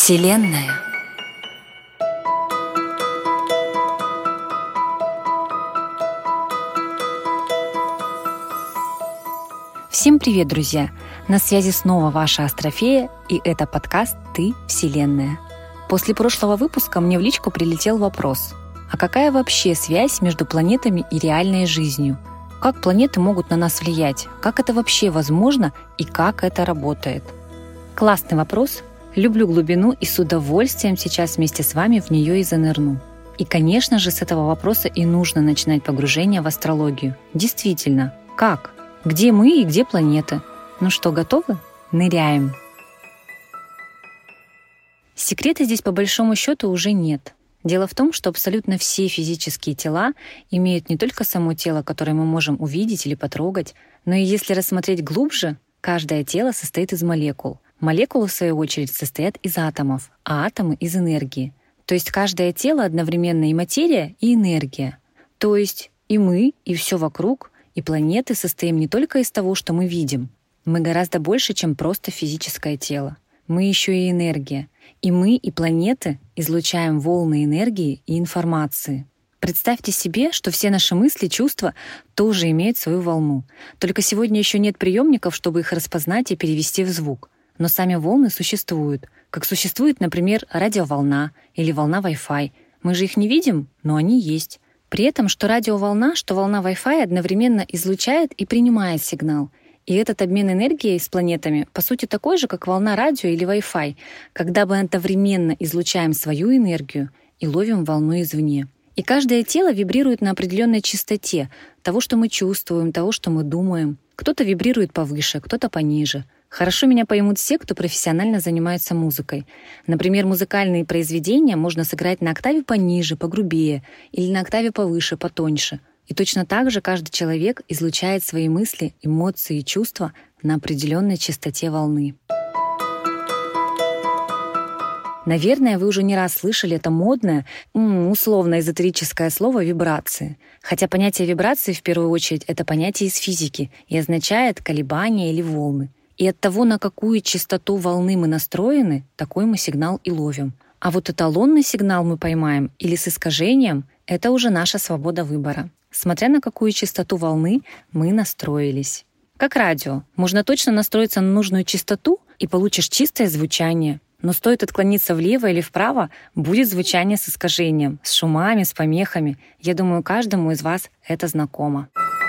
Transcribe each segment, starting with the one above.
Вселенная. Всем привет, друзья! На связи снова ваша Астрофея, и это подкаст «Ты – Вселенная». После прошлого выпуска мне в личку прилетел вопрос: а какая вообще связь между планетами и реальной жизнью? Как планеты могут на нас влиять? Как это вообще возможно и как это работает? Классный вопрос. Люблю глубину и с удовольствием сейчас вместе с вами в нее и занырну. И, конечно же, с этого вопроса и нужно начинать погружение в астрологию. Действительно, как? Где мы и где планеты? Ну что, готовы? Ныряем. Секрета здесь по большому счету уже нет. Дело в том, что абсолютно все физические тела имеют не только само тело, которое мы можем увидеть или потрогать, но и если рассмотреть глубже, каждое тело состоит из молекул. Молекулы, в свою очередь, состоят из атомов, а атомы — из энергии. То есть каждое тело одновременно и материя, и энергия. То есть и мы, и все вокруг, и планеты состоим не только из того, что мы видим. Мы гораздо больше, чем просто физическое тело. Мы еще и энергия. И мы, и планеты излучаем волны энергии и информации. Представьте себе, что все наши мысли, чувства тоже имеют свою волну. Только сегодня еще нет приемников, чтобы их распознать и перевести в звук. Но сами волны существуют. Как существует, например, радиоволна или волна Wi-Fi. Мы же их не видим, но они есть. При этом, что радиоволна, что волна Wi-Fi одновременно излучает и принимает сигнал. И этот обмен энергией с планетами, по сути, такой же, как волна радио или Wi-Fi, когда мы одновременно излучаем свою энергию и ловим волну извне. И каждое тело вибрирует на определенной частоте того, что мы чувствуем, того, что мы думаем. Кто-то вибрирует повыше, кто-то пониже. Хорошо меня поймут все, кто профессионально занимается музыкой. Например, музыкальные произведения можно сыграть на октаве пониже, погрубее, или на октаве повыше, потоньше. И точно так же каждый человек излучает свои мысли, эмоции и чувства на определенной частоте волны. Наверное, вы уже не раз слышали это модное, условно-эзотерическое слово «вибрации». Хотя понятие вибрации, в первую очередь, это понятие из физики и означает колебания или волны. И от того, на какую частоту волны мы настроены, такой мы сигнал и ловим. А вот эталонный сигнал мы поймаем или с искажением — это уже наша свобода выбора. Смотря на какую частоту волны мы настроились. Как радио. Можно точно настроиться на нужную частоту и получишь чистое звучание. Но стоит отклониться влево или вправо, будет звучание с искажением, с шумами, с помехами. Я думаю, каждому из вас это знакомо.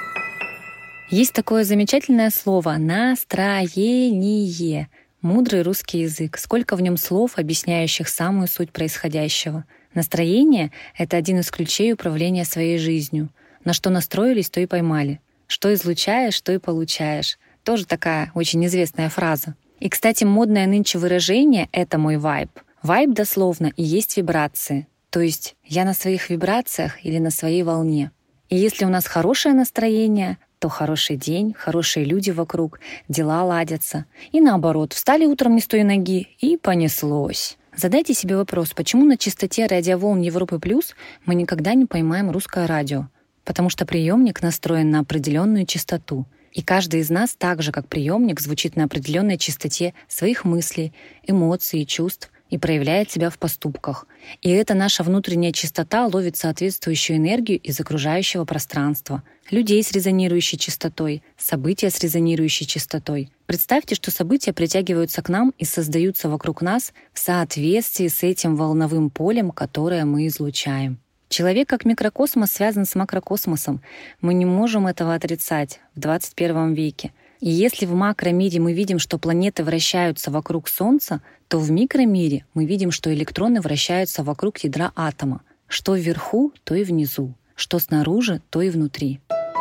Есть такое замечательное слово «настроение». Мудрый русский язык. Сколько в нем слов, объясняющих самую суть происходящего. Настроение — это один из ключей управления своей жизнью. На что настроились, то и поймали. Что излучаешь, то и получаешь. Тоже такая очень известная фраза. И, кстати, модное нынче выражение — это мой вайб. Вайб дословно и есть вибрации. То есть я на своих вибрациях или на своей волне. И если у нас хорошее настроение, то хороший день, хорошие люди вокруг, дела ладятся. И наоборот, встали утром не с той ноги и понеслось. Задайте себе вопрос, почему на частоте радиоволн Европы Плюс мы никогда не поймаем русское радио? Потому что приемник настроен на определенную частоту. И каждый из нас, так же как приемник, звучит на определенной частоте своих мыслей, эмоций и чувств и проявляет себя в поступках. И эта наша внутренняя частота ловит соответствующую энергию из окружающего пространства, людей с резонирующей частотой, события с резонирующей частотой. Представьте, что события притягиваются к нам и создаются вокруг нас в соответствии с этим волновым полем, которое мы излучаем. Человек как микрокосмос связан с макрокосмосом. Мы не можем этого отрицать в 21 веке. И если в макромире мы видим, что планеты вращаются вокруг Солнца, то в микромире мы видим, что электроны вращаются вокруг ядра атома. Что вверху, то и внизу. Что снаружи, то и внутри.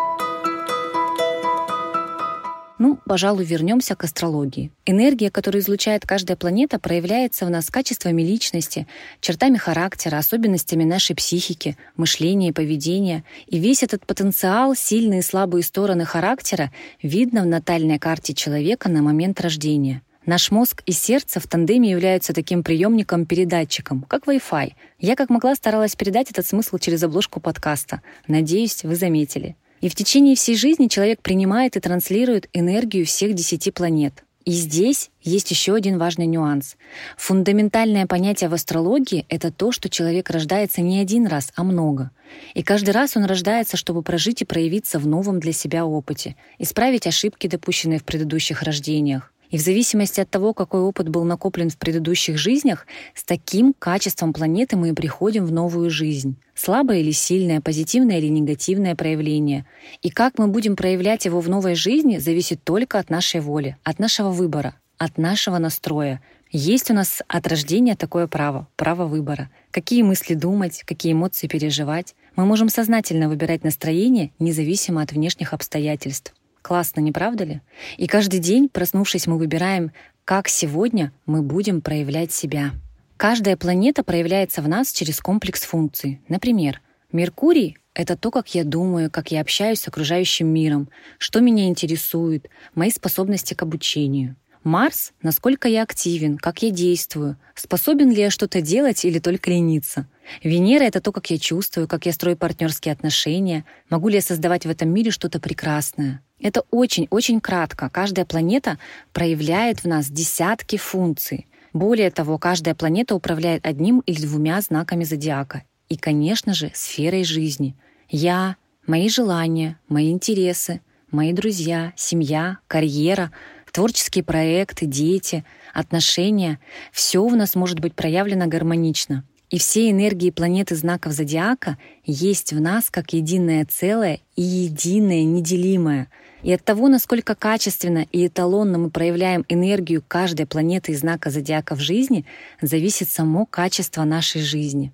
Пожалуй, вернемся к астрологии. Энергия, которую излучает каждая планета, проявляется в нас качествами личности, чертами характера, особенностями нашей психики, мышления и поведения. И весь этот потенциал, сильные и слабые стороны характера видно в натальной карте человека на момент рождения. Наш мозг и сердце в тандеме являются таким приемником-передатчиком, как Wi-Fi. Я как могла старалась передать этот смысл через обложку подкаста. Надеюсь, вы заметили. И в течение всей жизни человек принимает и транслирует энергию всех 10 планет. И здесь есть еще один важный нюанс. Фундаментальное понятие в астрологии — это то, что человек рождается не один раз, а много. И каждый раз он рождается, чтобы прожить и проявиться в новом для себя опыте, исправить ошибки, допущенные в предыдущих рождениях. И в зависимости от того, какой опыт был накоплен в предыдущих жизнях, с таким качеством планеты мы и приходим в новую жизнь. Слабое или сильное, позитивное или негативное проявление. И как мы будем проявлять его в новой жизни, зависит только от нашей воли, от нашего выбора, от нашего настроя. Есть у нас от рождения такое право выбора. Какие мысли думать, какие эмоции переживать. Мы можем сознательно выбирать настроение, независимо от внешних обстоятельств. Классно, не правда ли? И каждый день, проснувшись, мы выбираем, как сегодня мы будем проявлять себя. Каждая планета проявляется в нас через комплекс функций. Например, Меркурий — это то, как я думаю, как я общаюсь с окружающим миром, что меня интересует, мои способности к обучению. Марс — насколько я активен, как я действую, способен ли я что-то делать или только лениться. Венера — это то, как я чувствую, как я строю партнерские отношения, могу ли я создавать в этом мире что-то прекрасное. Это очень-очень кратко. Каждая планета проявляет в нас десятки функций. Более того, каждая планета управляет одним или двумя знаками зодиака. И, конечно же, сферой жизни. Я, мои желания, мои интересы, мои друзья, семья, карьера, творческие проекты, дети, отношения — все у нас может быть проявлено гармонично. И все энергии планеты знаков зодиака есть в нас как единое целое и единое неделимое. И от того, насколько качественно и эталонно мы проявляем энергию каждой планеты и знака зодиака в жизни, зависит само качество нашей жизни.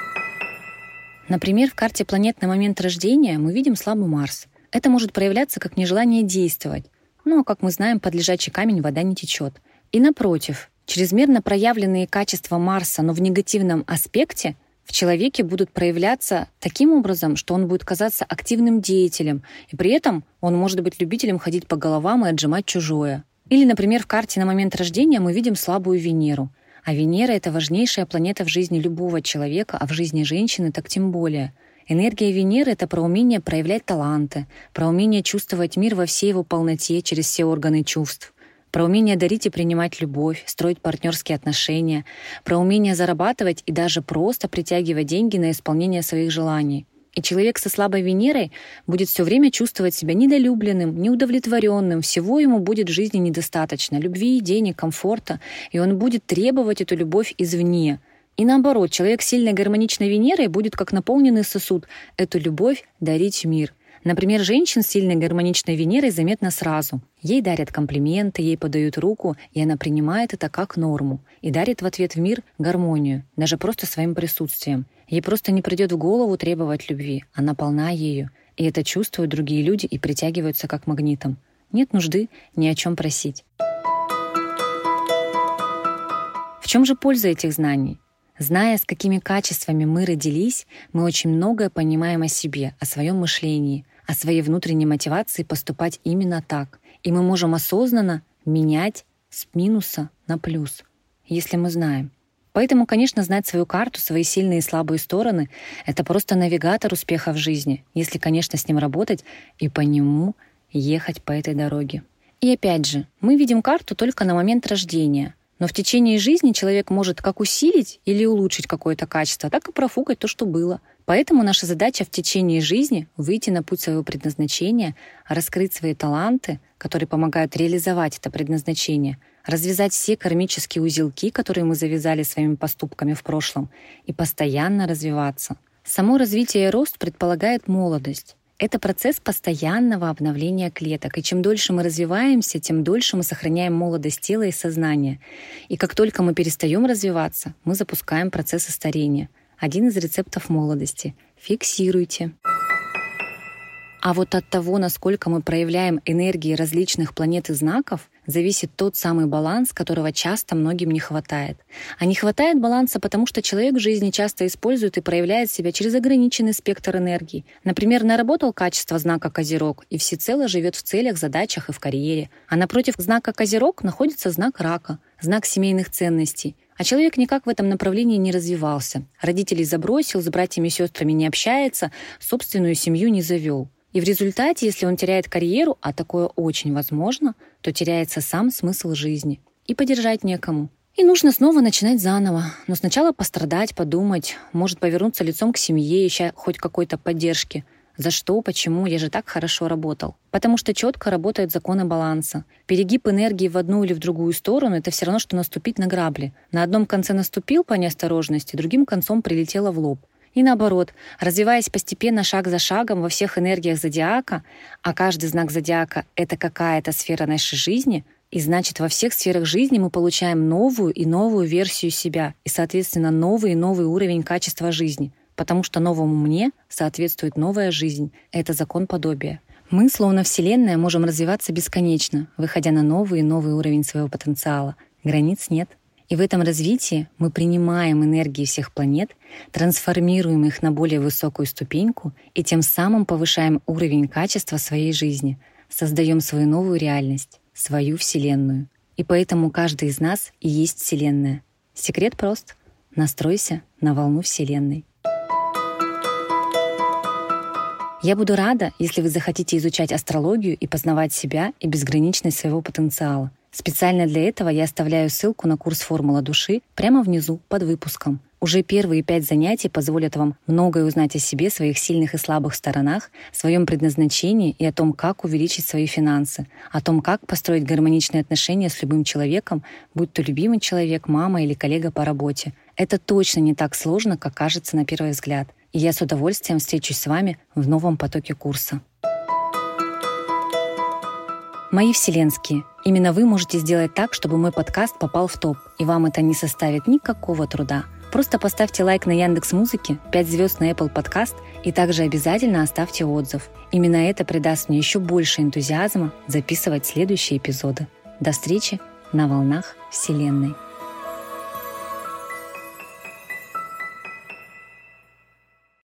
Например, в карте планет на момент рождения мы видим слабый Марс. Это может проявляться как нежелание действовать. Но, как мы знаем, под лежачий камень вода не течет. И напротив, чрезмерно проявленные качества Марса, но в негативном аспекте, в человеке будут проявляться таким образом, что он будет казаться активным деятелем, и при этом он может быть любителем ходить по головам и отжимать чужое. Или, например, в карте на момент рождения мы видим слабую Венеру. А Венера — это важнейшая планета в жизни любого человека, а в жизни женщины так тем более. Энергия Венеры — это про умение проявлять таланты, про умение чувствовать мир во всей его полноте через все органы чувств, про умение дарить и принимать любовь, строить партнерские отношения, про умение зарабатывать и даже просто притягивать деньги на исполнение своих желаний. И человек со слабой Венерой будет все время чувствовать себя недолюбленным, неудовлетворенным, всего ему будет в жизни недостаточно — любви, денег, комфорта, и он будет требовать эту любовь извне. И наоборот, человек с сильной гармоничной Венерой будет как наполненный сосуд эту любовь дарить в мир. Например, женщин с сильной гармоничной Венерой заметно сразу. Ей дарят комплименты, ей подают руку, и она принимает это как норму и дарит в ответ в мир гармонию, даже просто своим присутствием. Ей просто не придет в голову требовать любви, она полна ею. И это чувствуют другие люди и притягиваются как магнитом. Нет нужды ни о чем просить. В чем же польза этих знаний? Зная, с какими качествами мы родились, мы очень многое понимаем о себе, о своем мышлении, о своей внутренней мотивации поступать именно так. И мы можем осознанно менять с минуса на плюс, если мы знаем. Поэтому, конечно, знать свою карту, свои сильные и слабые стороны — это просто навигатор успеха в жизни, если, конечно, с ним работать и по нему ехать по этой дороге. И опять же, мы видим карту только на момент рождения, но в течение жизни человек может как усилить или улучшить какое-то качество, так и профукать то, что было. Поэтому наша задача в течение жизни — выйти на путь своего предназначения, раскрыть свои таланты, которые помогают реализовать это предназначение, развязать все кармические узелки, которые мы завязали своими поступками в прошлом, и постоянно развиваться. Само развитие и рост предполагает молодость. Это процесс постоянного обновления клеток. И чем дольше мы развиваемся, тем дольше мы сохраняем молодость тела и сознания. И как только мы перестаем развиваться, мы запускаем процессы старения. Один из рецептов молодости — фиксируйте. А вот от того, насколько мы проявляем энергии различных планет и знаков, зависит тот самый баланс, которого часто многим не хватает. А не хватает баланса, потому что человек в жизни часто использует и проявляет себя через ограниченный спектр энергии. Например, наработал качество знака Козерог и всецело живет в целях, задачах и в карьере. А напротив знака Козерог находится знак Рака, знак семейных ценностей. А человек никак в этом направлении не развивался. Родителей забросил, с братьями и сестрами не общается, собственную семью не завел. И в результате, если он теряет карьеру, а такое очень возможно, то теряется сам смысл жизни. И поддержать некому. И нужно снова начинать заново. Но сначала пострадать, подумать, может повернуться лицом к семье, ища хоть какой-то поддержки. За что, почему, я же так хорошо работал. Потому что четко работают законы баланса. Перегиб энергии в одну или в другую сторону — это все равно, что наступить на грабли. На одном конце наступил по неосторожности, другим концом прилетело в лоб. И наоборот, развиваясь постепенно, шаг за шагом во всех энергиях зодиака, а каждый знак зодиака — это какая-то сфера нашей жизни, и значит, во всех сферах жизни мы получаем новую и новую версию себя, и, соответственно, новый и новый уровень качества жизни, потому что новому мне соответствует новая жизнь. Это закон подобия. Мы, словно Вселенная, можем развиваться бесконечно, выходя на новый и новый уровень своего потенциала. Границ нет. И в этом развитии мы принимаем энергии всех планет, трансформируем их на более высокую ступеньку и тем самым повышаем уровень качества своей жизни, создаем свою новую реальность, свою Вселенную. И поэтому каждый из нас и есть Вселенная. Секрет прост. Настройся на волну Вселенной. Я буду рада, если вы захотите изучать астрологию и познавать себя и безграничность своего потенциала. Специально для этого я оставляю ссылку на курс «Формула души» прямо внизу, под выпуском. Уже первые 5 занятий позволят вам многое узнать о себе, своих сильных и слабых сторонах, своем предназначении и о том, как увеличить свои финансы, о том, как построить гармоничные отношения с любым человеком, будь то любимый человек, мама или коллега по работе. Это точно не так сложно, как кажется на первый взгляд. И я с удовольствием встречусь с вами в новом потоке курса. Мои вселенские, именно вы можете сделать так, чтобы мой подкаст попал в топ, и вам это не составит никакого труда. Просто поставьте лайк на Яндекс.Музыке, 5 звезд на Apple Podcast и также обязательно оставьте отзыв. Именно это придаст мне еще больше энтузиазма записывать следующие эпизоды. До встречи на волнах Вселенной.